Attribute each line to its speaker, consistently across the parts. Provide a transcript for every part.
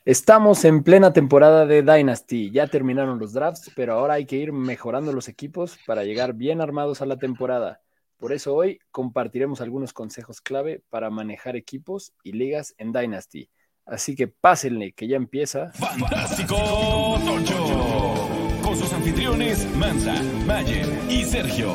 Speaker 1: Estamos en plena temporada de Dynasty. Ya terminaron los drafts, pero ahora hay que ir mejorando los equipos para llegar bien armados a la temporada. Por eso hoy compartiremos algunos consejos clave para manejar equipos y ligas en Dynasty. Así que pásenle, que ya empieza
Speaker 2: Fantástico Tocho, con sus anfitriones Mansa, Mayer y Sergio.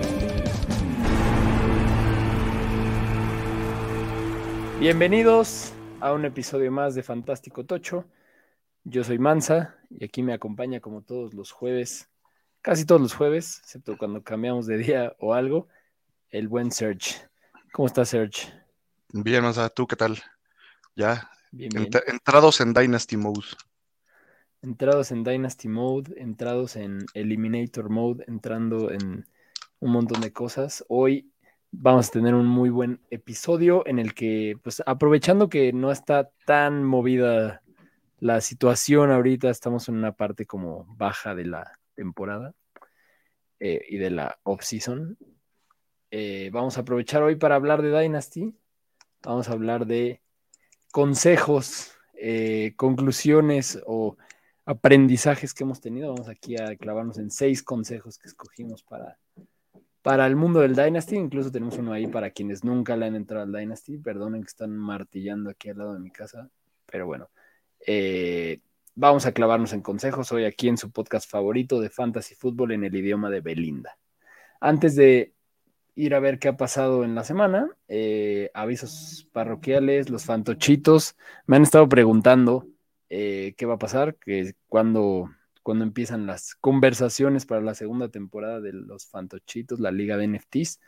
Speaker 1: Bienvenidos a un episodio más de Fantástico Tocho. Yo soy Mansa y aquí me acompaña como todos los jueves, casi todos los jueves, excepto cuando cambiamos de día o algo, el buen Serge. ¿Cómo está Serge?
Speaker 3: Bien, o sea, ¿tú qué tal? Ya
Speaker 1: Bien, bien.
Speaker 3: entrados en Dynasty Mode.
Speaker 1: Entrados en Dynasty Mode, entrados en Eliminator Mode, entrando en un montón de cosas. Hoy vamos a tener un muy buen episodio en el que, pues aprovechando que no está tan movida la situación ahorita, estamos en una parte como baja de la temporada y de la off-season. Vamos a aprovechar hoy para hablar de Dynasty. Vamos a hablar de consejos, conclusiones o aprendizajes que hemos tenido. Vamos aquí a clavarnos en 6 consejos que escogimos para el mundo del Dynasty. Incluso tenemos uno ahí para quienes nunca le han entrado al Dynasty. Perdonen que están martillando aquí al lado de mi casa, pero bueno. Vamos a clavarnos en consejos hoy aquí en su podcast favorito de Fantasy Football en el idioma de Belinda. Antes de ir a ver qué ha pasado en la semana, avisos parroquiales, los fantochitos me han estado preguntando qué va a pasar, que cuando empiezan las conversaciones para la segunda temporada de los fantochitos, la liga de NFTs.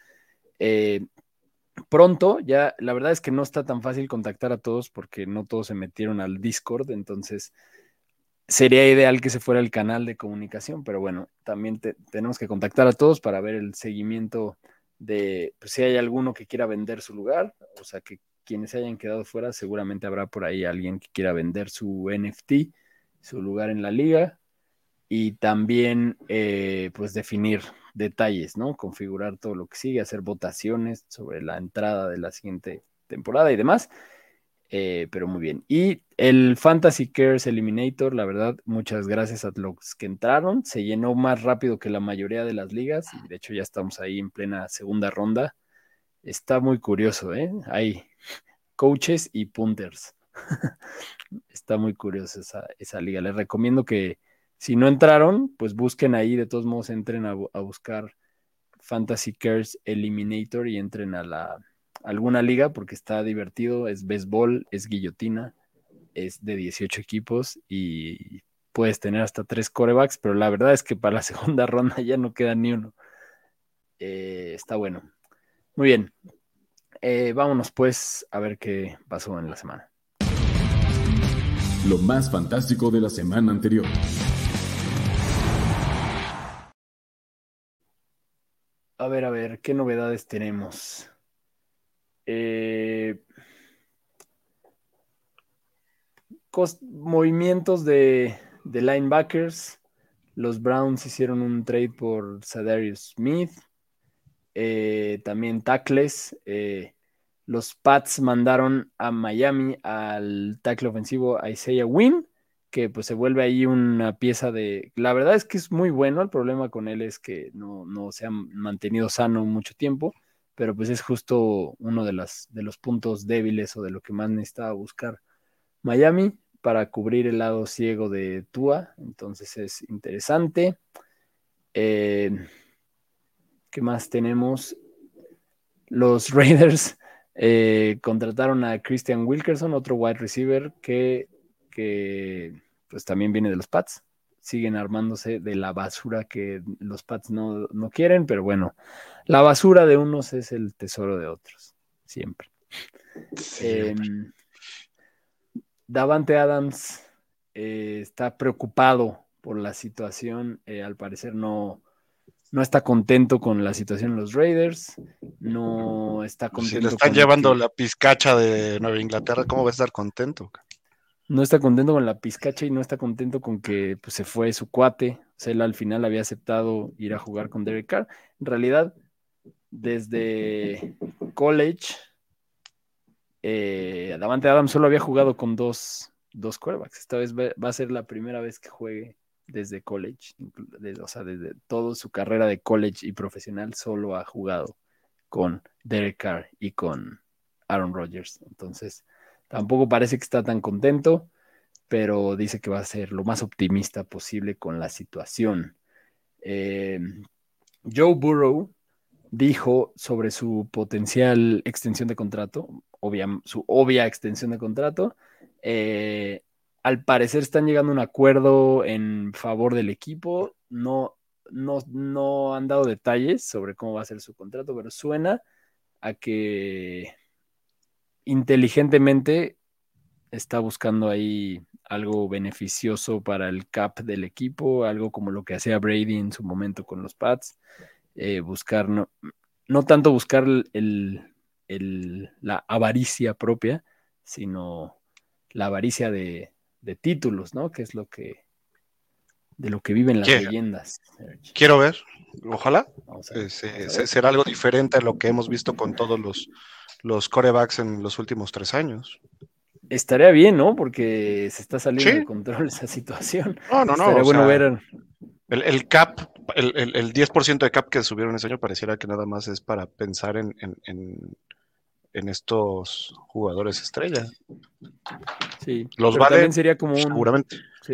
Speaker 1: Pronto, ya la verdad es que no está tan fácil contactar a todos porque no todos se metieron al Discord, entonces sería ideal que se fuera el canal de comunicación, pero bueno, también tenemos que contactar a todos para ver el seguimiento de pues, si hay alguno que quiera vender su lugar, o sea que quienes se hayan quedado fuera, seguramente habrá por ahí alguien que quiera vender su NFT, su lugar en la liga, y también pues definir detalles, ¿no? Configurar todo lo que sigue, hacer votaciones sobre la entrada de la siguiente temporada y demás. Pero muy bien. Y el Fantasy Cares Eliminator, la verdad, muchas gracias a los que entraron. Se llenó más rápido que la mayoría de las ligas y de hecho ya estamos ahí en plena segunda ronda. Está muy curioso, ¿eh? Hay coaches y punters. Está muy curioso esa liga. Les recomiendo que si no entraron, pues busquen ahí, de todos modos entren a buscar Fantasy Cares Eliminator y entren a alguna liga porque está divertido, es béisbol, es guillotina, es de 18 equipos y puedes tener hasta 3 quarterbacks, pero la verdad es que para la segunda ronda ya no queda ni uno. Está bueno. Muy bien. Vámonos pues a ver qué pasó en la semana.
Speaker 2: Lo más fantástico de la semana anterior.
Speaker 1: A ver, ¿qué novedades tenemos? Movimientos de linebackers. Los Browns hicieron un trade por Zadarius Smith. También tackles. Los Pats mandaron a Miami al tackle ofensivo Isaiah Wynn, que pues se vuelve ahí una pieza de... La verdad es que es muy bueno. El problema con él es que no se ha mantenido sano mucho tiempo, pero pues es justo uno de los puntos débiles o de lo que más necesitaba buscar Miami para cubrir el lado ciego de Tua. Entonces es interesante. ¿Qué más tenemos? Los Raiders contrataron a Christian Wilkerson, otro wide receiver que pues también viene de los Pats. Siguen armándose de la basura que los Pats no quieren, pero bueno, la basura de unos es el tesoro de otros, siempre. Davante Adams está preocupado por la situación, al parecer no está contento con la situación en los Raiders, no está
Speaker 3: Si le
Speaker 1: contento
Speaker 3: están
Speaker 1: con
Speaker 3: llevando
Speaker 1: que
Speaker 3: la pizcacha de Nueva Inglaterra, ¿cómo va a estar contento?
Speaker 1: no está contento con la pizcacha y no está contento con que pues, se fue su cuate. O sea, él al final había aceptado ir a jugar con Derek Carr. En realidad, desde college, Davante Adams solo había jugado con dos 2 quarterbacks. Esta vez va a ser la primera vez que juegue desde college, o sea, desde toda su carrera de college y profesional, solo ha jugado con Derek Carr y con Aaron Rodgers. Entonces, tampoco parece que está tan contento, pero dice que va a ser lo más optimista posible con la situación. Joe Burrow dijo sobre su potencial extensión de contrato, su obvia extensión de contrato. Al parecer están llegando a un acuerdo en favor del equipo. No han dado detalles sobre cómo va a ser su contrato, pero suena a que inteligentemente está buscando ahí algo beneficioso para el cap del equipo, algo como lo que hacía Brady en su momento con los Pats. Buscar, no tanto buscar la avaricia propia, sino la avaricia de títulos, ¿no? Que es de lo que viven las leyendas.
Speaker 3: Quiero ver, ojalá.
Speaker 1: Vamos a ver.
Speaker 3: Será algo diferente a lo que hemos visto con todos los quarterbacks en los últimos 3 años.
Speaker 1: Estaría bien, ¿no? Porque se está saliendo de control esa situación.
Speaker 3: No.
Speaker 1: Estaría bueno ver.
Speaker 3: El cap, el 10% de cap que subieron ese año pareciera que nada más es para pensar en estos jugadores estrella.
Speaker 1: Sí,
Speaker 3: los
Speaker 1: pero
Speaker 3: vale,
Speaker 1: también sería como
Speaker 3: seguramente.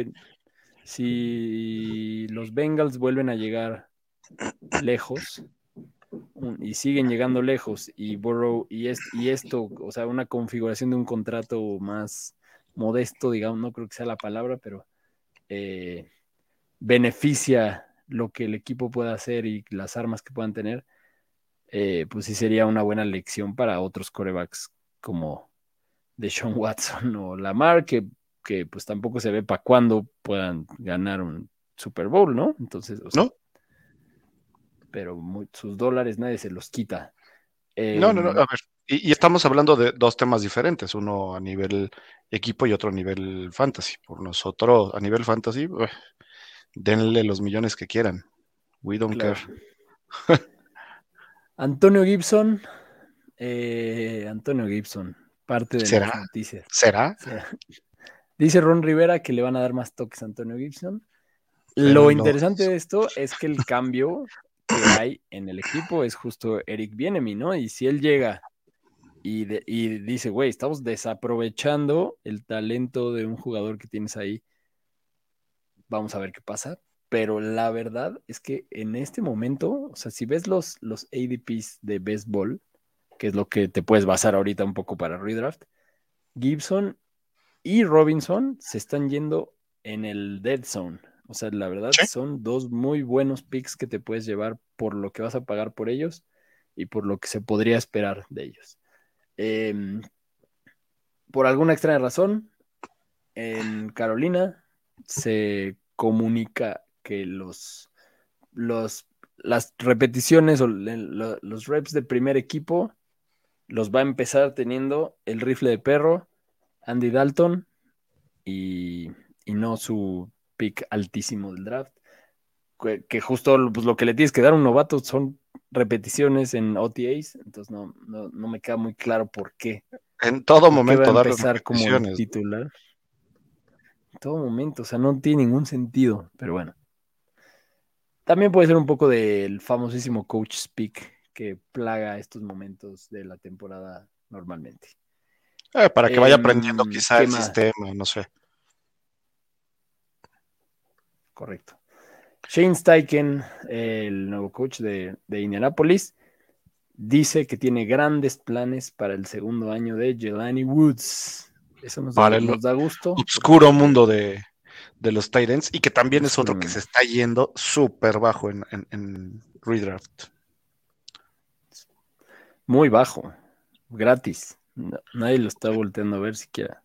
Speaker 1: Si los Bengals vuelven a llegar lejos y siguen llegando lejos y Burrow y esto, o sea, una configuración de un contrato más modesto, digamos, no creo que sea la palabra, pero beneficia lo que el equipo pueda hacer y las armas que puedan tener, pues sí sería una buena lección para otros quarterbacks como Deshaun Watson o Lamar, que pues tampoco se ve para cuándo puedan ganar un Super Bowl, ¿no? Entonces, o sea,
Speaker 3: ¿no?
Speaker 1: Pero sus dólares nadie se los quita.
Speaker 3: No, a ver, y estamos hablando de 2 temas diferentes, uno a nivel equipo y otro a nivel fantasy. Por nosotros, a nivel fantasy, denle los millones que quieran. We don't care.
Speaker 1: Antonio Gibson, parte de las noticias.
Speaker 3: ¿Será?
Speaker 1: Dice Ron Rivera que le van a dar más toques a Antonio Gibson. Lo interesante de esto es que el cambio que hay en el equipo es justo Eric Bieniemy, ¿no? Y si él llega y dice, güey, estamos desaprovechando el talento de un jugador que tienes ahí, vamos a ver qué pasa. Pero la verdad es que en este momento, o sea, si ves los ADPs de béisbol, que es lo que te puedes basar ahorita un poco para redraft, Gibson y Robinson se están yendo en el dead zone. O sea, la verdad son 2 muy buenos picks que te puedes llevar por lo que vas a pagar por ellos y por lo que se podría esperar de ellos. Por alguna extraña razón, en Carolina se comunica que las repeticiones o los reps de primer equipo los va a empezar teniendo el rifle de perro, Andy Dalton, y no su pick altísimo del draft, que justo pues, lo que le tienes que dar a un novato son repeticiones en OTAs, entonces no me queda muy claro por qué.
Speaker 3: En todo momento
Speaker 1: va a empezar como el titular. En todo momento, o sea, no tiene ningún sentido, pero bueno. También puede ser un poco del famosísimo coach speak que plaga estos momentos de la temporada normalmente.
Speaker 3: Para que vaya aprendiendo quizá el sistema, no sé.
Speaker 1: Correcto. Shane Steichen, el nuevo coach de Indianapolis, dice que tiene grandes planes para el segundo año de Jelani Woods. Eso nos da gusto.
Speaker 3: Obscuro mundo de los tight ends, y que también es otro que se está yendo súper bajo en redraft.
Speaker 1: Muy bajo, gratis. Nadie lo está volteando a ver siquiera.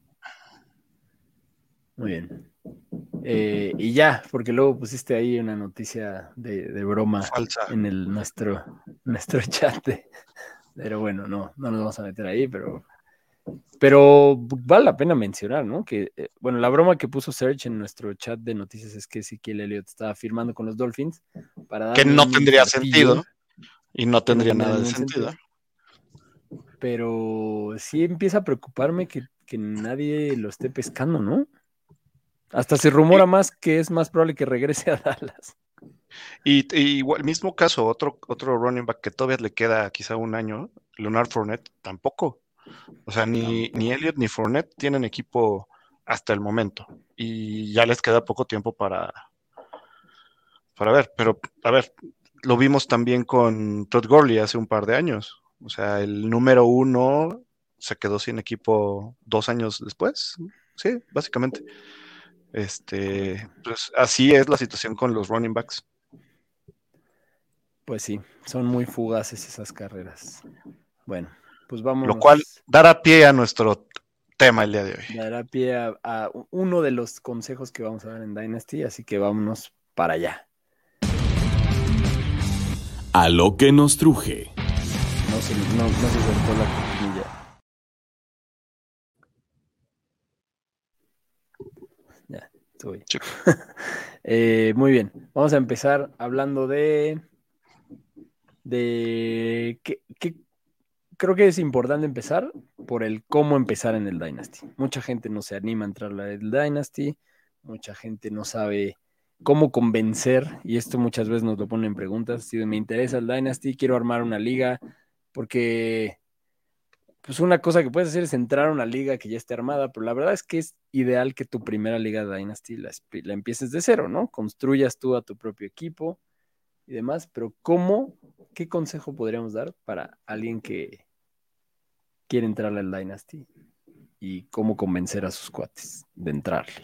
Speaker 1: Muy bien. Y ya, porque luego pusiste ahí una noticia de broma
Speaker 3: falsa
Speaker 1: en nuestro chat. Pero bueno, no nos vamos a meter ahí, pero vale la pena mencionar, ¿no? Que, bueno, la broma que puso Serge en nuestro chat de noticias es que Ezequiel Elliott estaba firmando con los Dolphins para
Speaker 3: que no tendría sentido y no tendría nada de sentido.
Speaker 1: Pero sí empieza a preocuparme que que nadie lo esté pescando, ¿no? Hasta se rumora más que es más probable que regrese a Dallas.
Speaker 3: Y igual, mismo caso, otro running back que todavía le queda quizá un año, Leonard Fournette, tampoco. O sea, ni Elliott ni Fournette tienen equipo hasta el momento. Y ya les queda poco tiempo para ver. Pero, a ver, lo vimos también con Todd Gurley hace un par de años. O sea, el número 1 se quedó sin equipo 2 años después. Sí, básicamente. Pues así es la situación con los running backs.
Speaker 1: Pues sí, son muy fugaces esas carreras. Bueno, pues
Speaker 3: Lo cual
Speaker 1: vámonos.
Speaker 3: dará pie a nuestro tema el día de hoy.
Speaker 1: Dará pie a uno de los consejos que vamos a dar en Dynasty, así que vámonos para allá.
Speaker 2: A lo que nos truje.
Speaker 1: No se soltó la cortinilla. Ya, estoy.
Speaker 3: Sí.
Speaker 1: Muy bien, vamos a empezar hablando de que creo que es importante empezar por el cómo empezar en el Dynasty. Mucha gente no se anima a entrar al Dynasty, mucha gente no sabe cómo convencer, y esto muchas veces nos lo ponen en preguntas, si me interesa el Dynasty, quiero armar una liga, porque pues una cosa que puedes hacer es entrar a una liga que ya esté armada, pero la verdad es que es ideal que tu primera liga de Dynasty la empieces de cero, ¿no? Construyas tú a tu propio equipo y demás, pero ¿qué consejo podríamos dar para alguien que quiere entrarle al Dynasty y cómo convencer a sus cuates de entrarle?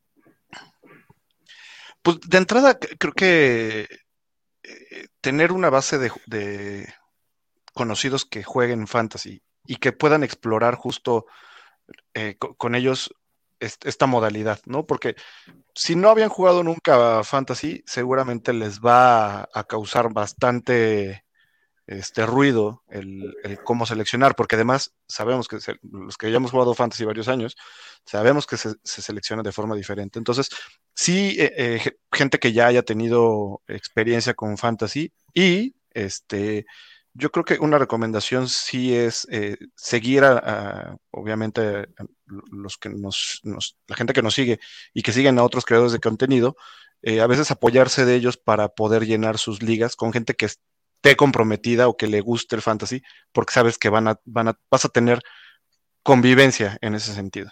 Speaker 3: Pues de entrada creo que tener una base de conocidos que jueguen fantasy y que puedan explorar justo con ellos esta modalidad, ¿no? Porque si no habían jugado nunca fantasy, seguramente les va a causar bastante ruido el cómo seleccionar, porque además sabemos que los que ya hemos jugado fantasy varios años, sabemos que se selecciona de forma diferente. Entonces, sí, gente que ya haya tenido experiencia con fantasy y yo creo que una recomendación sí es seguir obviamente, los que la gente que nos sigue y que siguen a otros creadores de contenido, a veces apoyarse de ellos para poder llenar sus ligas con gente que esté comprometida o que le guste el fantasy, porque sabes que vas a tener convivencia en ese sentido.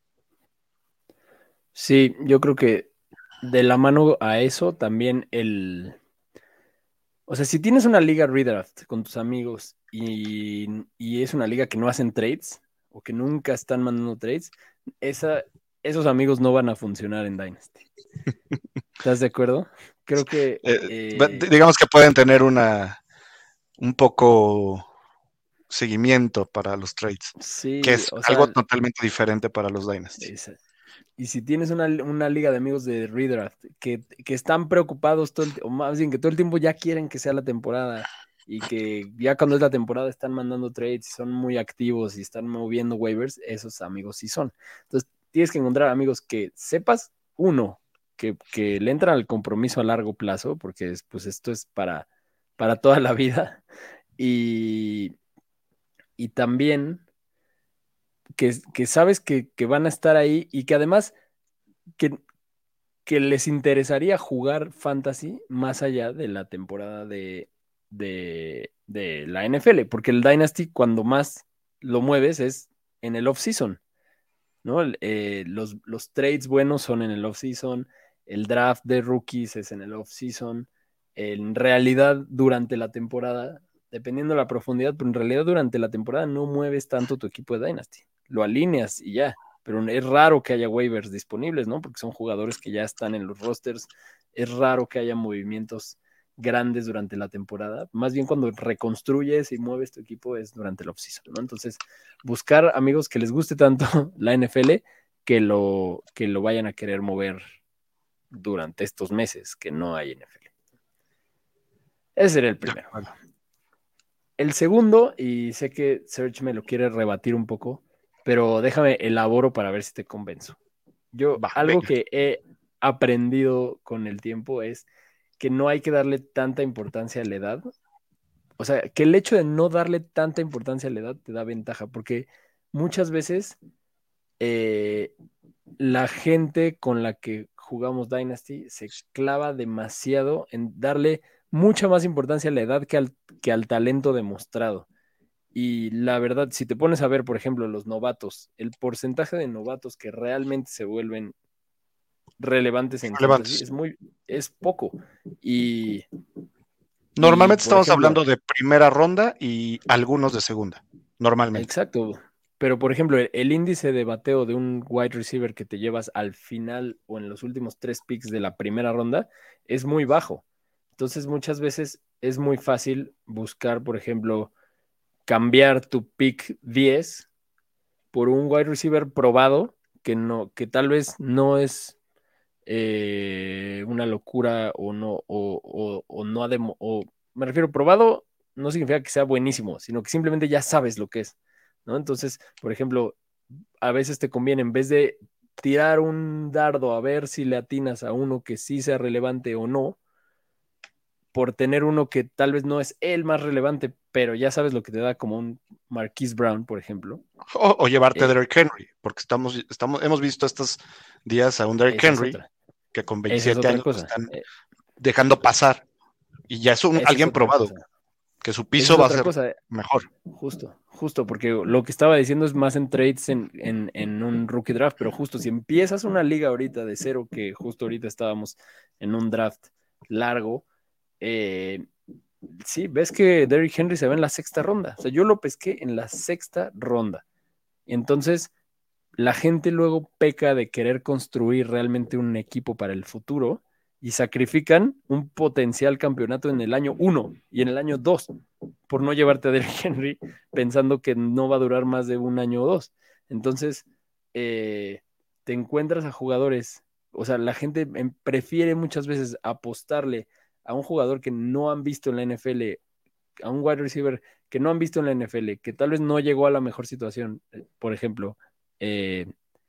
Speaker 1: Sí, yo creo que de la mano a eso también o sea, si tienes una liga redraft con tus amigos y es una liga que no hacen trades o que nunca están mandando trades, esos amigos no van a funcionar en Dynasty. ¿Estás de acuerdo? Creo que
Speaker 3: Digamos que pueden tener un poco seguimiento para los trades, que
Speaker 1: sí,
Speaker 3: es
Speaker 1: o
Speaker 3: algo
Speaker 1: sea,
Speaker 3: totalmente diferente para los Dynasty.
Speaker 1: y si tienes una liga de amigos de redraft que están preocupados o más bien que todo el tiempo ya quieren que sea la temporada y que ya cuando es la temporada están mandando trades y son muy activos y están moviendo waivers, esos amigos sí son. Entonces tienes que encontrar amigos que sepas, uno, que le entran al compromiso a largo plazo, porque pues esto es para toda la vida, y, y también que sabes que van a estar ahí y que además que, que les interesaría jugar fantasy más allá de la temporada de la NFL, porque el Dynasty cuando más lo mueves es en el off-season, ¿no? Los trades buenos son en el off-season, el draft de rookies es en el off-season, en realidad durante la temporada, dependiendo de la profundidad, pero en realidad durante la temporada no mueves tanto tu equipo de Dynasty, lo alineas y ya, pero es raro que haya waivers disponibles, ¿no? Porque son jugadores que ya están en los rosters, es raro que haya movimientos grandes durante la temporada, más bien cuando reconstruyes y mueves tu equipo es durante el offseason, ¿no? Entonces, buscar amigos que les guste tanto la NFL que lo vayan a querer mover durante estos meses que no hay NFL. Ese sería el primero. El segundo, y sé que Serge me lo quiere rebatir un poco, pero déjame elaboro para ver si te convenzo. Algo que he aprendido con el tiempo es que no hay que darle tanta importancia a la edad. O sea, que el hecho de no darle tanta importancia a la edad te da ventaja, porque muchas veces la gente con la que jugamos Dynasty se clava demasiado en darle mucha más importancia a la edad que al talento demostrado. Y la verdad, si te pones a ver, por ejemplo, los novatos, el porcentaje de novatos que realmente se vuelven relevantes en fantasy es poco.
Speaker 3: Normalmente
Speaker 1: por
Speaker 3: estamos
Speaker 1: ejemplo,
Speaker 3: hablando de primera ronda y algunos de segunda, normalmente.
Speaker 1: exacto. Pero, por ejemplo, el índice de bateo de un wide receiver que te llevas al final o en los últimos 3 picks de la primera ronda es muy bajo. Entonces, muchas veces es muy fácil buscar, por ejemplo, cambiar tu pick 10 por un wide receiver probado que tal vez no es una locura o no, o no ha o me refiero probado, no significa que sea buenísimo, sino que simplemente ya sabes lo que es, ¿no? Entonces, por ejemplo, a veces te conviene, en vez de tirar un dardo a ver si le atinas a uno que sí sea relevante o no, por tener uno que tal vez no es el más relevante, pero ya sabes lo que te da, como un Marquise Brown, por ejemplo.
Speaker 3: O llevarte a
Speaker 1: Eh,
Speaker 3: Derrick Henry, porque hemos visto estos días a un Derrick
Speaker 1: esa es
Speaker 3: Henry
Speaker 1: otra.
Speaker 3: que con
Speaker 1: Esa es
Speaker 3: 27
Speaker 1: otra
Speaker 3: años lo
Speaker 1: cosa.
Speaker 3: están dejando pasar y ya es
Speaker 1: Esa es
Speaker 3: alguien
Speaker 1: otra
Speaker 3: probado,
Speaker 1: cosa.
Speaker 3: que su
Speaker 1: Esa
Speaker 3: piso
Speaker 1: es
Speaker 3: va a
Speaker 1: otra
Speaker 3: ser
Speaker 1: cosa.
Speaker 3: mejor.
Speaker 1: Justo, porque lo que estaba diciendo es más en trades en un rookie draft, pero justo si empiezas una liga ahorita de cero, que justo ahorita estábamos en un draft largo, sí, ves que Derrick Henry se va en la sexta ronda. O sea, yo lo pesqué en la sexta ronda. Entonces, la gente luego peca de querer construir realmente un equipo para el futuro y sacrifican un potencial campeonato en el año 1 y en el año 2 por no llevarte a Derrick Henry pensando que no va a durar más de un año o dos. Entonces, te encuentras a jugadores, o sea, la gente prefiere muchas veces apostarle a un jugador que no han visto en la NFL, a un wide receiver que no han visto en la NFL, que tal vez no llegó a la mejor situación. Por ejemplo, eh,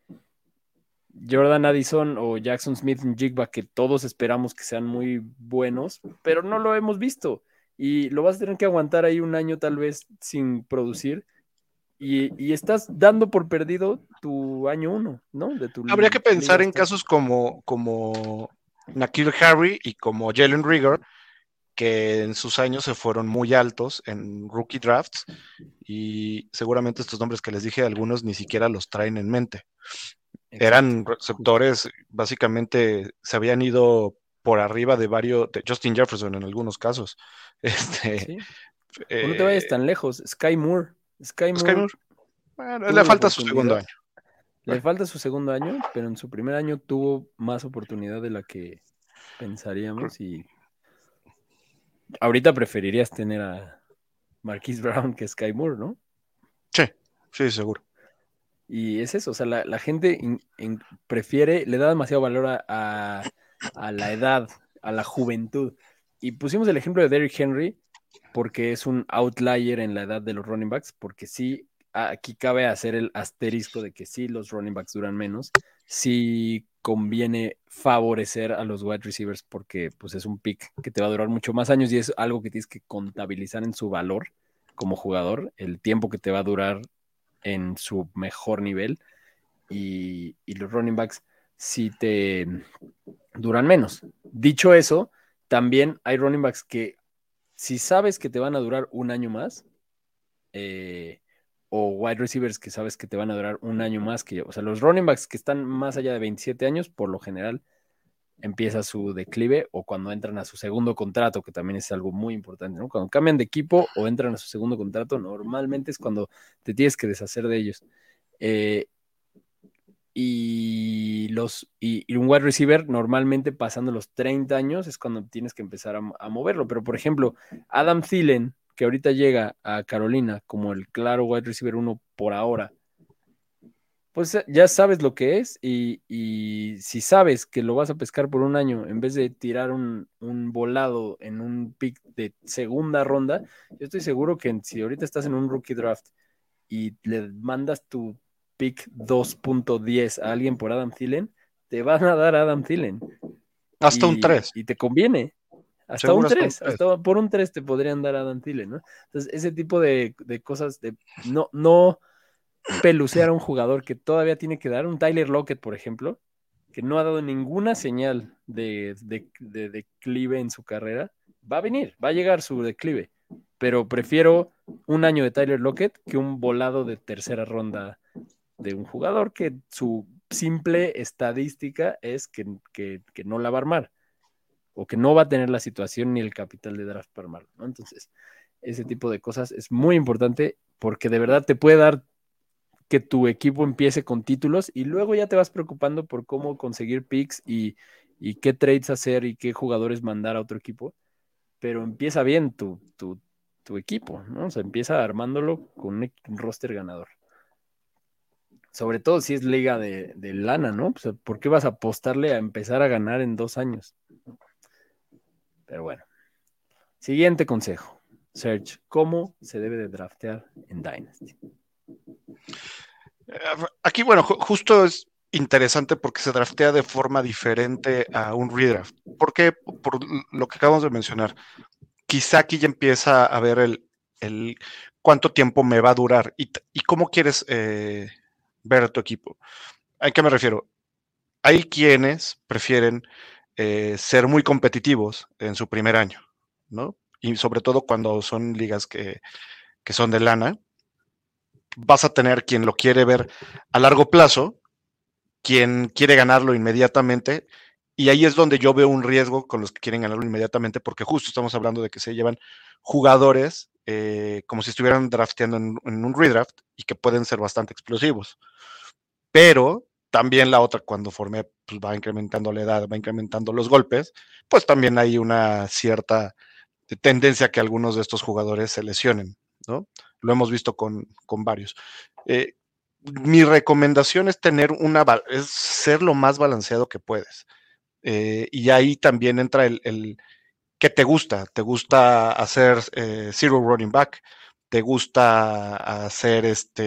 Speaker 1: Jordan Addison o Jackson Smith-Njigba, que todos esperamos que sean muy buenos, pero no lo hemos visto. Y lo vas a tener que aguantar ahí un año tal vez sin producir. Y estás dando por perdido tu año 1, ¿no? De tu
Speaker 3: Habría que pensar
Speaker 1: liga
Speaker 3: en
Speaker 1: estar.
Speaker 3: casos como N'Keal Harry y como Jalen Reagor, que en sus años se fueron muy altos en rookie drafts y seguramente estos nombres que les dije, algunos ni siquiera los traen en mente.
Speaker 1: Exacto.
Speaker 3: Eran receptores, básicamente se habían ido por arriba de de Justin Jefferson en algunos casos. Este,
Speaker 1: Sí. O no te vayas
Speaker 3: eh,
Speaker 1: tan lejos. Sky Moore. Sky
Speaker 3: Sky
Speaker 1: Moore
Speaker 3: Moore, bueno, le
Speaker 1: tuvo la
Speaker 3: falta su segundo
Speaker 1: oportunidad.
Speaker 3: año.
Speaker 1: Le falta su segundo año, pero en su primer año tuvo más oportunidad de la que pensaríamos. Y ahorita preferirías tener a Marquise Brown que Sky Moore, ¿no?
Speaker 3: Sí, sí, seguro.
Speaker 1: Y es eso, o sea, la gente prefiere, le da demasiado valor a la edad, a la juventud. Y pusimos el ejemplo de Derrick Henry porque es un outlier en la edad de los running backs, porque sí, aquí cabe hacer el asterisco de que sí, los running backs duran menos, sí conviene favorecer a los wide receivers porque pues es un pick que te va a durar mucho más años y es algo que tienes que contabilizar en su valor como jugador, el tiempo que te va a durar en su mejor nivel y los running backs sí te duran menos. Dicho eso, también hay running backs que si sabes que te van a durar un año más, o wide receivers que sabes que te van a durar un año más que yo. O sea, los running backs que están más allá de 27 años, por lo general, empieza su declive o cuando entran a su segundo contrato, que también es algo muy importante, ¿no? Cuando cambian de equipo o entran a su segundo contrato, normalmente es cuando te tienes que deshacer de ellos. Eh, y un wide receiver normalmente pasando los 30 años es cuando tienes que empezar a moverlo. Pero, por ejemplo, Adam Thielen, que ahorita llega a Carolina como el claro wide receiver 1 por ahora, pues ya sabes lo que es y si sabes que lo vas a pescar por un año en vez de tirar un volado en un pick de segunda ronda, yo estoy seguro que si ahorita estás en un rookie draft y le mandas tu pick 2.10 a alguien por Adam Thielen, te van a dar a Adam Thielen
Speaker 3: Hasta un 3,
Speaker 1: y te conviene. Hasta un
Speaker 3: seguro hasta un
Speaker 1: 3,
Speaker 3: 3.
Speaker 1: hasta por un 3 te podrían dar a Adam Thielen, ¿no? Entonces, ese tipo de cosas, no pelucear a un jugador que todavía tiene que dar, un Tyler Lockett, por ejemplo, que no ha dado ninguna señal de declive en su carrera, va a venir, va a llegar su declive, pero prefiero un año de Tyler Lockett que un volado de tercera ronda de un jugador que su simple estadística es que no la va a armar o que no va a tener la situación ni el capital de draft para armarlo, ¿no? Entonces, ese tipo de cosas es muy importante porque de verdad te puede dar que tu equipo empiece con títulos y luego ya te vas preocupando por cómo conseguir picks y qué trades hacer y qué jugadores mandar a otro equipo, pero empieza bien tu equipo, ¿no? O sea, empieza armándolo con un roster ganador. Sobre todo si es liga de lana, ¿no? O sea, ¿por qué vas a apostarle a empezar a ganar en 2 años? Pero bueno. Siguiente consejo. Serge, ¿cómo se debe de draftear en Dynasty?
Speaker 3: Aquí, bueno, justo es interesante porque se draftea de forma diferente a un redraft. ¿Por qué? Por lo que acabamos de mencionar. Quizá aquí ya empieza a ver el cuánto tiempo me va a durar y cómo quieres ver a tu equipo. ¿A qué me refiero? Hay quienes prefieren ser muy competitivos en su primer año, ¿no? Y sobre todo cuando son ligas que son de lana, vas a tener quien lo quiere ver a largo plazo, quien quiere ganarlo inmediatamente, y ahí es donde yo veo un riesgo con los que quieren ganarlo inmediatamente, porque justo estamos hablando de que se llevan jugadores como si estuvieran drafteando en un redraft y que pueden ser bastante explosivos. Pero también la otra, cuando formé, pues va incrementando la edad, va incrementando los golpes, pues también hay una cierta tendencia a que algunos de estos jugadores se lesionen, ¿no? Lo hemos visto con varios. Mi recomendación es es ser lo más balanceado que puedes. Y ahí también entra el que te gusta hacer zero running back, te gusta hacer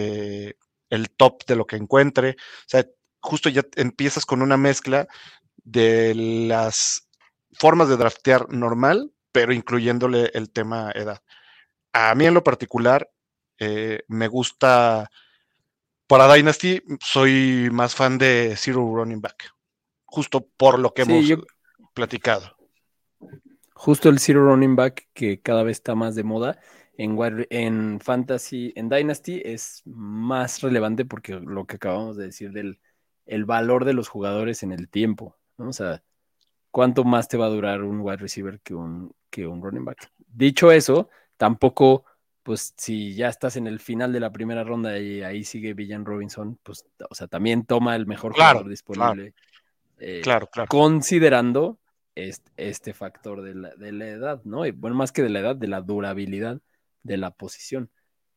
Speaker 3: el top de lo que encuentre. O sea, justo ya empiezas con una mezcla de las formas de draftear normal, pero incluyéndole el tema edad. A mí en lo particular, me gusta, para Dynasty, soy más fan de Zero Running Back, justo por lo que
Speaker 1: Sí,
Speaker 3: hemos
Speaker 1: yo
Speaker 3: platicado.
Speaker 1: justo el Zero Running Back que cada vez está más de moda en Fantasy, en Dynasty es más relevante porque lo que acabamos de decir del el valor de los jugadores en el tiempo, ¿no? O sea, ¿cuánto más te va a durar un wide receiver que un running back? Dicho eso, tampoco, pues si ya estás en el final de la primera ronda y ahí sigue Villan Robinson, pues, o sea, también toma el mejor
Speaker 3: Claro,
Speaker 1: jugador
Speaker 3: claro,
Speaker 1: disponible,
Speaker 3: claro, claro.
Speaker 1: considerando este factor de la edad, ¿no? Y, bueno, más que de la edad, de la durabilidad de la posición.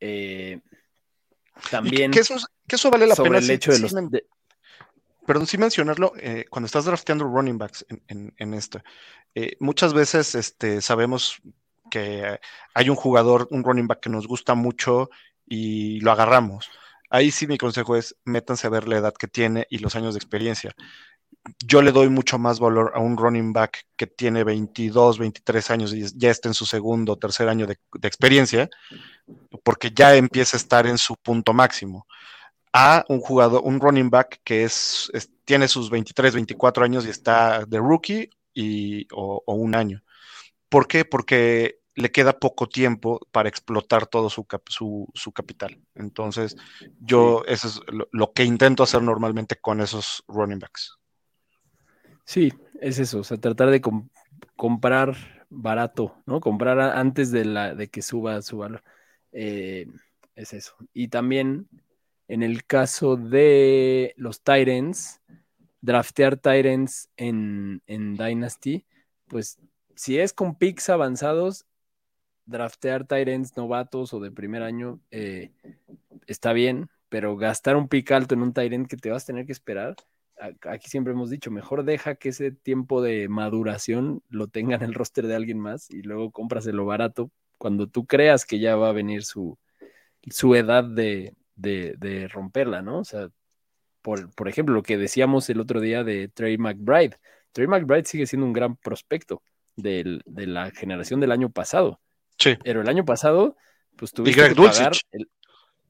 Speaker 3: Y
Speaker 1: También
Speaker 3: que eso vale la
Speaker 1: sobre
Speaker 3: pena,
Speaker 1: el
Speaker 3: sí,
Speaker 1: hecho de los...
Speaker 3: perdón, sí mencionarlo, cuando estás drafteando running backs en esto. Muchas veces sabemos que hay un jugador, un running back que nos gusta mucho y lo agarramos. Ahí sí mi consejo es métanse a ver la edad que tiene y los años de experiencia. Yo le doy mucho más valor a un running back que tiene 22, 23 años y ya está en su segundo o tercer año de experiencia, porque ya empieza a estar en su punto máximo, a un jugador, un running back que tiene sus 23, 24 años y está de rookie o un año. ¿Por qué? Porque le queda poco tiempo para explotar todo su capital. Entonces,
Speaker 1: Sí,
Speaker 3: eso es lo que intento hacer normalmente con esos running backs.
Speaker 1: sí, es eso, o sea, tratar de comprar barato, ¿no? Comprar antes de que suba su valor. Eh, es eso. Y también en el caso de los Titans, draftear Titans en Dynasty, pues si es con picks avanzados, draftear Titans novatos o de primer año está bien, pero gastar un pick alto en un Tyrant que te vas a tener que esperar, aquí siempre hemos dicho, mejor deja que ese tiempo de maduración lo tenga en el roster de alguien más y luego cómpraselo barato cuando tú creas que ya va a venir su edad de romperla, ¿no? O sea, por ejemplo, lo que decíamos el otro día de Trey McBride. Trey McBride sigue siendo un gran prospecto de la generación del año pasado,
Speaker 3: Sí.
Speaker 1: pero el año pasado, pues
Speaker 3: Y
Speaker 1: tuviste
Speaker 3: Greg
Speaker 1: que pagar
Speaker 3: Dulcich.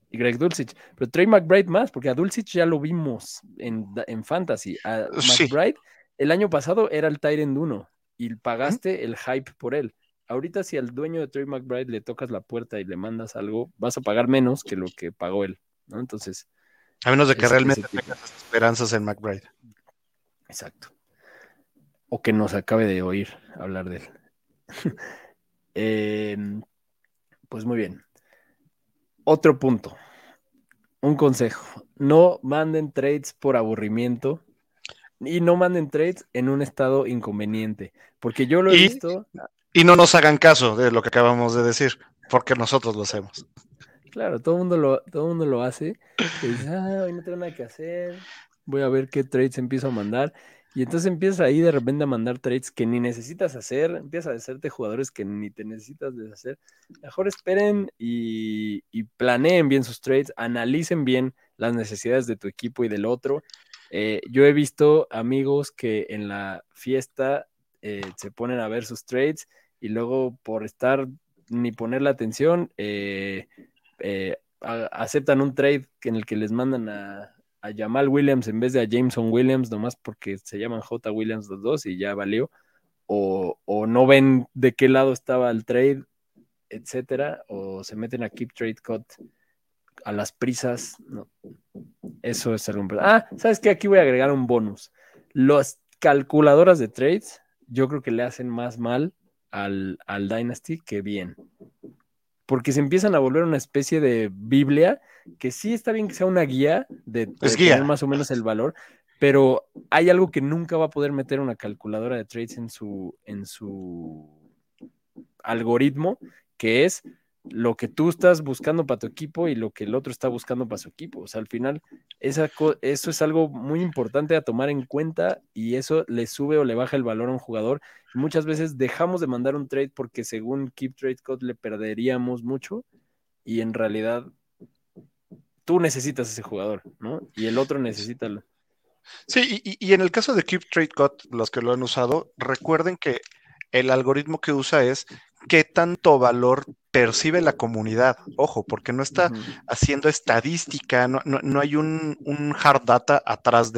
Speaker 1: y Greg Dulcich. Pero Trey McBride más, porque a Dulcich ya lo vimos en Fantasy. A
Speaker 3: Sí.
Speaker 1: McBride, el año pasado era el tight end 1 y
Speaker 3: Ujú.
Speaker 1: pagaste el hype por él. Ahorita, si al dueño de Trey McBride le tocas la puerta y le mandas algo, vas a pagar menos que lo que pagó él, ¿no? Entonces,
Speaker 3: A menos de que
Speaker 1: ese
Speaker 3: realmente
Speaker 1: tipo.
Speaker 3: tengas esperanzas en McBride.
Speaker 1: Exacto. O que nos acabe de oír hablar de él. Pues muy bien. Otro punto. Un consejo. No manden trades por aburrimiento y no manden trades en un estado inconveniente. Porque yo lo he
Speaker 3: Y,
Speaker 1: visto.
Speaker 3: y no nos hagan caso de lo que acabamos de decir, porque nosotros lo hacemos.
Speaker 1: Claro, todo mundo lo hace, que dices, hoy no tengo nada que hacer, voy a ver qué trades empiezo a mandar. Y entonces empiezas ahí de repente a mandar trades que ni necesitas hacer, empiezas a hacerte jugadores que ni te necesitas deshacer. Mejor esperen y planeen bien sus trades, analicen bien las necesidades de tu equipo y del otro. Yo he visto amigos que en la fiesta se ponen a ver sus trades y luego por estar ni ponerle atención, aceptan un trade en el que les mandan a Jamal Williams en vez de a Jameson Williams, nomás porque se llaman J. Williams los dos y ya valió, o no ven de qué lado estaba el trade, etcétera, o se meten a Keep Trade Cut a las prisas. No, eso es algo. ¿Sabes qué? Aquí voy a agregar un bonus. Las calculadoras de trades, yo creo que le hacen más mal al Dynasty que bien, porque se empiezan a volver una especie de Biblia, que sí está bien que sea una guía
Speaker 3: Es
Speaker 1: de tener
Speaker 3: guía.
Speaker 1: más o menos el valor, pero hay algo que nunca va a poder meter una calculadora de trades en su algoritmo, que es lo que tú estás buscando para tu equipo y lo que el otro está buscando para su equipo. O sea, al final, eso es algo muy importante a tomar en cuenta y eso le sube o le baja el valor a un jugador. Muchas veces dejamos de mandar un trade porque según Keep Trade Code le perderíamos mucho y en realidad tú necesitas ese jugador, ¿no? Y el otro necesita.
Speaker 3: Sí, y en el caso de Keep Trade Cut, los que lo han usado, recuerden que el algoritmo que usa es qué tanto valor percibe la comunidad. Ojo, porque no está haciendo estadística, no hay un hard data atrás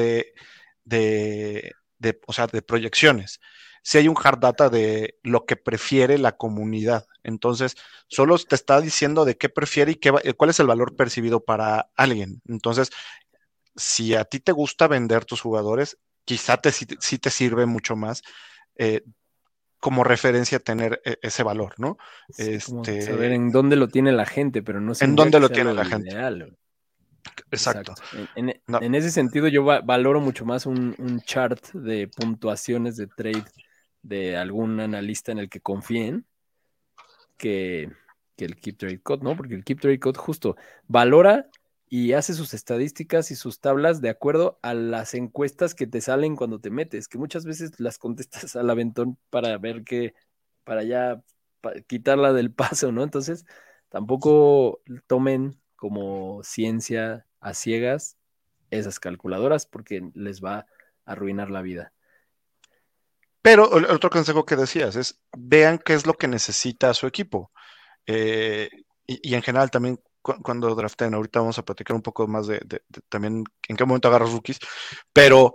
Speaker 3: o sea, de proyecciones. Sí hay un hard data de lo que prefiere la comunidad. Entonces, solo te está diciendo de qué prefiere y cuál es el valor percibido para alguien. Entonces, si a ti te gusta vender tus jugadores, quizá sí te sirve mucho más eh, como referencia tener ese valor, ¿no?
Speaker 1: Sí, como saber en dónde lo tiene la gente, pero no
Speaker 3: ¿En
Speaker 1: significa
Speaker 3: dónde
Speaker 1: que
Speaker 3: lo
Speaker 1: sea
Speaker 3: tiene
Speaker 1: lo
Speaker 3: la gente?
Speaker 1: ideal.
Speaker 3: Exacto.
Speaker 1: Exacto.
Speaker 3: No,
Speaker 1: En ese sentido, yo valoro mucho más un chart de puntuaciones de trade de algún analista en el que confíen que, que el Keep Trade Code, ¿no? Porque el Keep Trade Code justo valora y hace sus estadísticas y sus tablas de acuerdo a las encuestas que te salen cuando te metes, que muchas veces las contestas al aventón para ver que, para ya quitarla del paso, ¿no? Entonces, tampoco tomen como ciencia a ciegas esas calculadoras porque les va a arruinar la vida.
Speaker 3: pero el otro consejo que decías es vean qué es lo que necesita su equipo. Y en general también cuando draften, ahorita vamos a platicar un poco más de también en qué momento agarras rookies, pero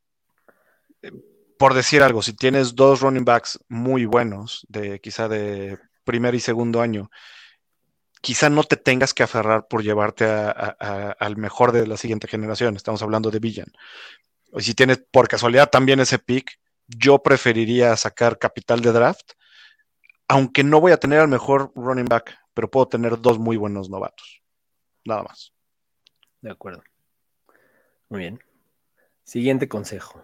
Speaker 3: por decir algo, si tienes dos running backs muy buenos, quizá de primer y segundo año, quizá no te tengas que aferrar por llevarte al mejor de la siguiente generación. Estamos hablando de Villan. O si tienes por casualidad también ese pick, yo preferiría sacar capital de draft, aunque no voy a tener al mejor running back, pero puedo tener dos muy buenos novatos. Nada más.
Speaker 1: De acuerdo. Muy bien. Siguiente consejo.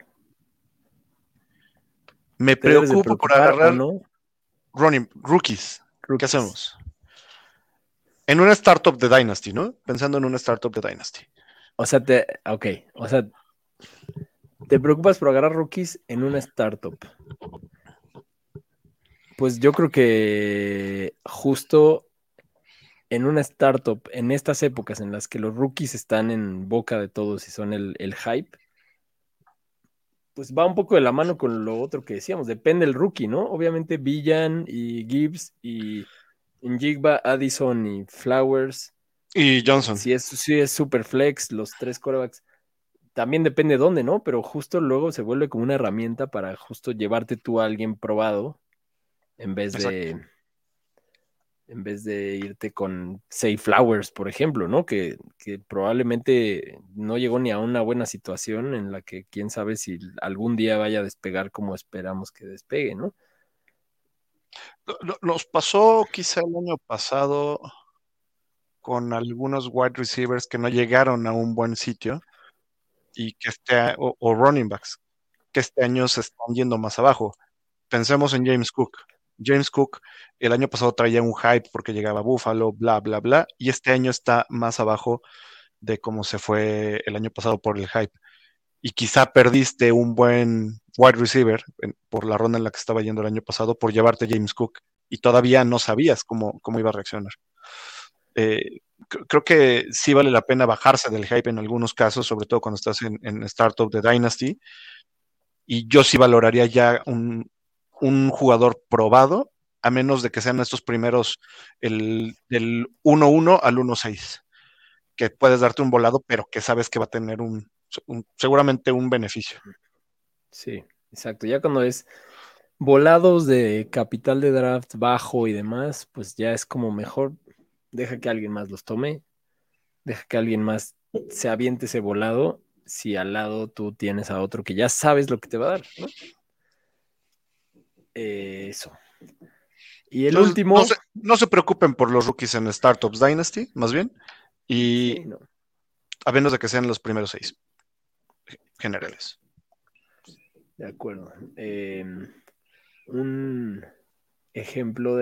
Speaker 3: Me
Speaker 1: ¿Te debes de
Speaker 3: preocupo por
Speaker 1: preocupar o
Speaker 3: agarrar
Speaker 1: no?
Speaker 3: rookies. ¿Qué
Speaker 1: Rookies.
Speaker 3: hacemos? En una startup de Dynasty, ¿no? Pensando en una startup de Dynasty.
Speaker 1: O sea, ok. O sea, te preocupas por agarrar rookies en una startup. Pues yo creo que justo en una startup, en estas épocas en las que los rookies están en boca de todos y son el hype, pues va un poco de la mano con lo otro que decíamos. Depende del rookie, ¿no? Obviamente Villan y Gibbs y Njigba, Addison y Flowers
Speaker 3: Y Johnson.
Speaker 1: Si es super flex, los 3 quarterbacks. También depende de dónde, ¿no? Pero justo luego se vuelve como una herramienta para justo llevarte tú a alguien probado en vez
Speaker 3: Exacto.
Speaker 1: de, en vez de irte con Say Flowers, por ejemplo, ¿no? Que probablemente no llegó ni a una buena situación en la que quién sabe si algún día vaya a despegar como esperamos que despegue, ¿no?
Speaker 3: Nos pasó quizá el año pasado con algunos wide receivers que no llegaron a un buen sitio y que o running backs, que este año se están yendo más abajo. Pensemos en James Cook. James Cook el año pasado traía un hype porque llegaba a Buffalo, bla, bla, bla, y este año está más abajo de cómo se fue el año pasado por el hype. Y quizá perdiste un buen wide receiver por la ronda en la que estaba yendo el año pasado por llevarte James Cook y todavía no sabías cómo iba a reaccionar. Creo que sí vale la pena bajarse del hype en algunos casos, sobre todo cuando estás en startup de Dynasty, y yo sí valoraría ya un jugador probado, a menos de que sean estos primeros, del 1-1 al 1-6, que puedes darte un volado, pero que sabes que va a tener seguramente un beneficio.
Speaker 1: Sí, exacto. Ya cuando es volados de capital de draft bajo y demás, pues ya es como mejor deja que alguien más los tome, deja que alguien más se aviente ese volado si al lado tú tienes a otro que ya sabes lo que te va a dar, ¿no? Eso. Y el
Speaker 3: Entonces, no
Speaker 1: último,
Speaker 3: no se preocupen por los rookies en Startups Dynasty, más bien, y
Speaker 1: sí, no,
Speaker 3: a menos de que sean los primeros 6 generales.
Speaker 1: de acuerdo. Un ejemplo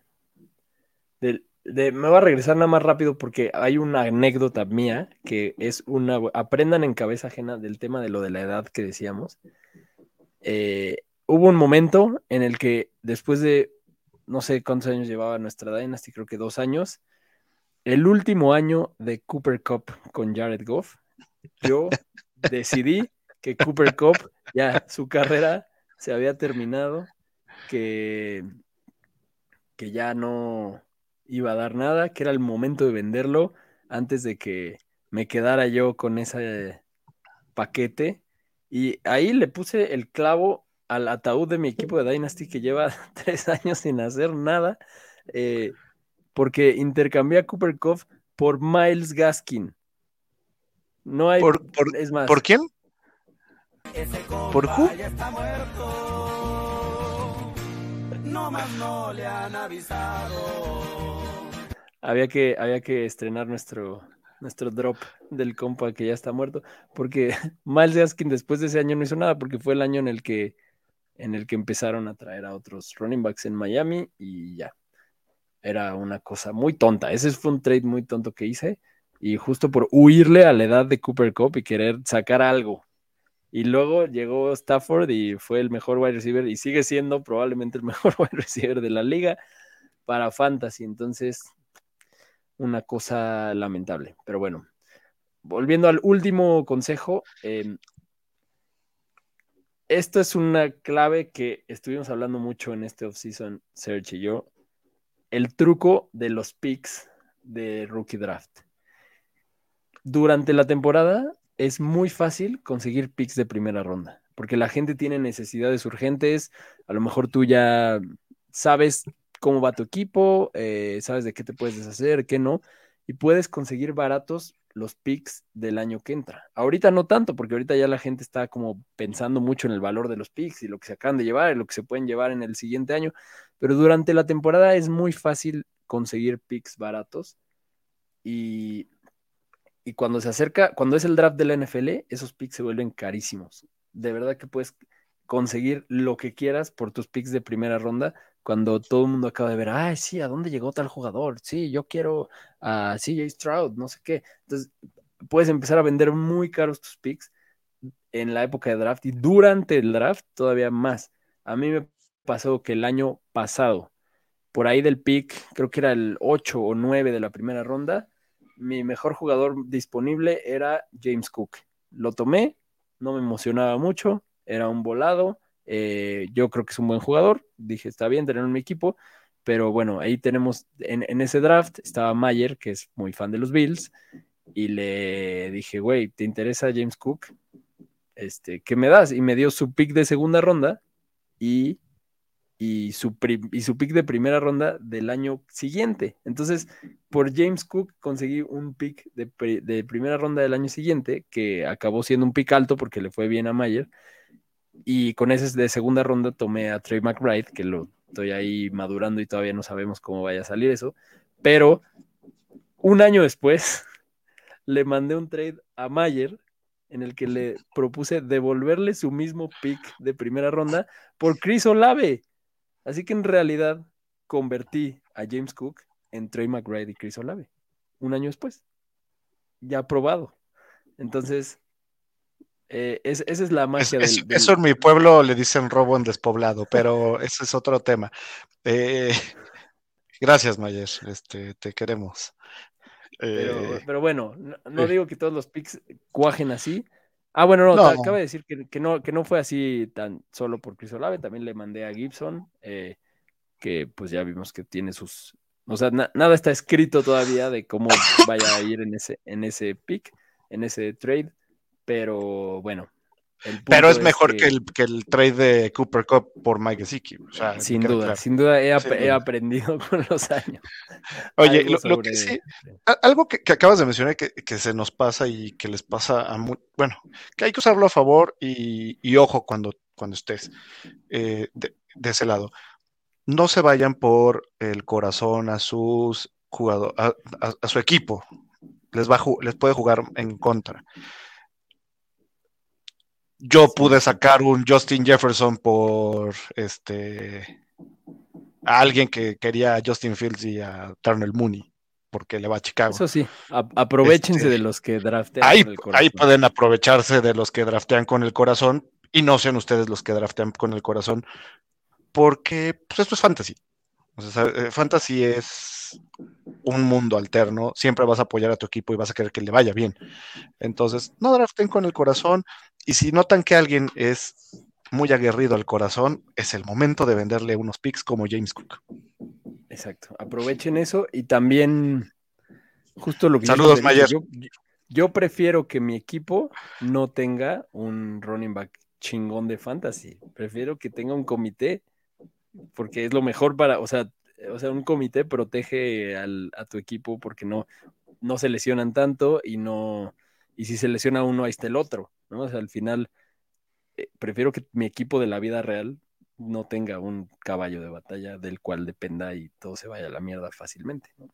Speaker 1: me voy a regresar nada más rápido porque hay una anécdota mía que es aprendan en cabeza ajena del tema de lo de la edad que decíamos. Hubo un momento en el que después de, no sé cuántos años llevaba nuestra Dynasty, creo que 2 años, el último año de Cooper Cup con Jared Goff, yo decidí que Cooper Cup ya su carrera se había terminado, que, que ya no iba a dar nada, que era el momento de venderlo antes de que me quedara yo con ese paquete. Y ahí le puse el clavo al ataúd de mi equipo de Dynasty que lleva 3 años sin hacer nada, eh, porque intercambié a Cooper Cup por Miles Gaskin. No hay,
Speaker 3: ¿Por, por,
Speaker 1: es
Speaker 3: ¿por
Speaker 1: más,
Speaker 3: quién? ¿Por who?
Speaker 4: Ya está muerto, no más no le han avisado.
Speaker 1: había que estrenar nuestro drop del compa que ya está muerto, porque Miles Gaskin después de ese año no hizo nada, porque fue el año en el que empezaron a traer a otros running backs en Miami y ya. Era una cosa muy tonta. Ese fue un trade muy tonto que hice y justo por huirle a la edad de Cooper Cup y querer sacar algo. Y luego llegó Stafford y fue el mejor wide receiver y sigue siendo probablemente el mejor wide receiver de la liga para fantasy. Entonces, una cosa lamentable. Pero bueno, volviendo al último consejo, esto es una clave que estuvimos hablando mucho en este offseason, Serge y yo, el truco de los picks de rookie draft. Durante la temporada es muy fácil conseguir picks de primera ronda, porque la gente tiene necesidades urgentes, a lo mejor tú ya sabes cómo va tu equipo, sabes de qué te puedes deshacer, qué no, y puedes conseguir baratos los picks del año que entra. Ahorita no tanto, porque ahorita ya la gente está como pensando mucho en el valor de los picks y lo que se acaban de llevar y lo que se pueden llevar en el siguiente año, pero durante la temporada es muy fácil conseguir picks baratos y cuando se acerca, cuando es el draft de la NFL, esos picks se vuelven carísimos. De verdad que puedes conseguir lo que quieras por tus picks de primera ronda cuando todo el mundo acaba de ver, ay, sí, ¿a dónde llegó tal jugador? Sí, yo quiero a CJ Stroud, no sé qué. Entonces, puedes empezar a vender muy caros tus picks en la época de draft y durante el draft todavía más. A mí me pasó que el año pasado, por ahí del pick, creo que era el 8 o 9 de la primera ronda, mi mejor jugador disponible era James Cook. Lo tomé, no me emocionaba mucho, era un volado, yo creo que es un buen jugador, dije, está bien tenerlo en mi equipo, Pero bueno, ahí tenemos, en ese draft estaba Mayer, que es muy fan de los Bills, y le dije, güey, ¿te interesa James Cook? ¿Qué me das? Y me dio su pick de segunda ronda y su pick de primera ronda del año siguiente. Entonces, por James Cook conseguí un pick de primera ronda del año siguiente, que acabó siendo un pick alto porque le fue bien a Mayer. Y con ese de segunda ronda tomé a Trey McBride, que lo estoy ahí madurando y todavía no sabemos cómo vaya a salir eso. Pero un año después le mandé un trade a Mayer en el que le propuse devolverle su mismo pick de primera ronda por Chris Olave. Así que en realidad convertí a James Cook en Trey McBride y Chris Olave. Un año después. Ya probado. Entonces, esa es la magia del...
Speaker 3: Eso en mi pueblo le dicen robo en despoblado, pero ese es otro tema. Gracias, Mayer. Te queremos.
Speaker 1: Pero bueno, no digo que todos los picks cuajen así. Bueno, no. Acaba de decir que no fue así tan solo por Chris Olave. También le mandé a Gibson, que pues ya vimos que tiene sus... O sea, nada está escrito todavía de cómo vaya a ir en ese pick, en ese trade. Pero bueno.
Speaker 3: Pero es mejor que el trade de Cooper Kupp por Mike Gesicki. O sea,
Speaker 1: sin duda he aprendido con los años.
Speaker 3: Oye, lo que sí, algo que acabas de mencionar que se nos pasa y que les pasa bueno, que hay que usarlo a favor y ojo cuando estés de ese lado. No se vayan por el corazón a sus jugadores, a su equipo. Les puede jugar en contra. Yo pude sacar un Justin Jefferson por a alguien que quería a Justin Fields y a Darnell Mooney, porque le va a Chicago.
Speaker 1: Eso sí, aprovechense de los que draftean con el corazón.
Speaker 3: Ahí pueden aprovecharse de los que draftean con el corazón y no sean ustedes los que draftean con el corazón, porque pues esto es fantasy. O sea, fantasy es un mundo alterno, siempre vas a apoyar a tu equipo y vas a querer que le vaya bien. Entonces, no draften con el corazón, y si notan que alguien es muy aguerrido al corazón, es el momento de venderle unos picks como James Cook.
Speaker 1: Exacto, aprovechen eso y también justo lo que...
Speaker 3: Saludos, Mayer.
Speaker 1: Yo prefiero que mi equipo no tenga un running back chingón de fantasy, prefiero que tenga un comité, porque es lo mejor para, o sea, un comité protege a tu equipo porque no se lesionan tanto y si se lesiona uno, ahí está el otro, ¿no? O sea, al final, prefiero que mi equipo de la vida real no tenga un caballo de batalla del cual dependa y todo se vaya a la mierda fácilmente, ¿no?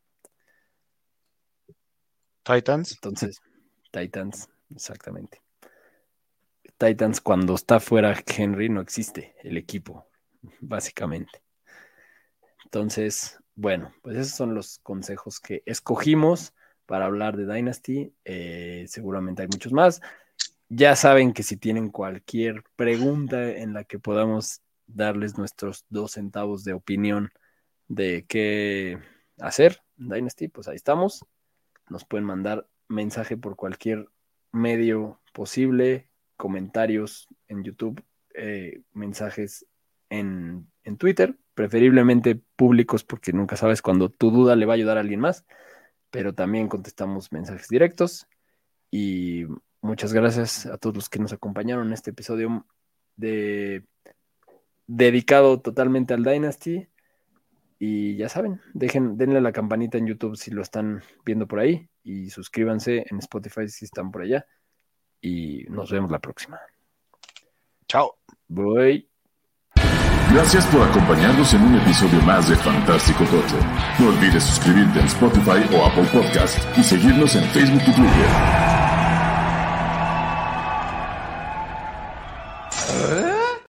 Speaker 3: Titans.
Speaker 1: Entonces, Titans, exactamente. Titans, cuando está fuera Henry, no existe el equipo, básicamente. Entonces, bueno, pues esos son los consejos que escogimos para hablar de Dynasty. Seguramente hay muchos más. Ya saben que si tienen cualquier pregunta en la que podamos darles nuestros 2 centavos de opinión de qué hacer en Dynasty, pues ahí estamos. Nos pueden mandar mensaje por cualquier medio posible, comentarios en YouTube, mensajes en Twitter, preferiblemente públicos porque nunca sabes cuando tu duda le va a ayudar a alguien más, pero también contestamos mensajes directos. Y muchas gracias a todos los que nos acompañaron en este episodio dedicado totalmente al Dynasty. Y ya saben, denle a la campanita en YouTube si lo están viendo por ahí y suscríbanse en Spotify si están por allá. Y nos vemos la próxima.
Speaker 3: Chao.
Speaker 1: Bye.
Speaker 2: Gracias por acompañarnos en un episodio más de Fantástico Tocho. No olvides suscribirte en Spotify o Apple Podcast y seguirnos en Facebook y Twitter.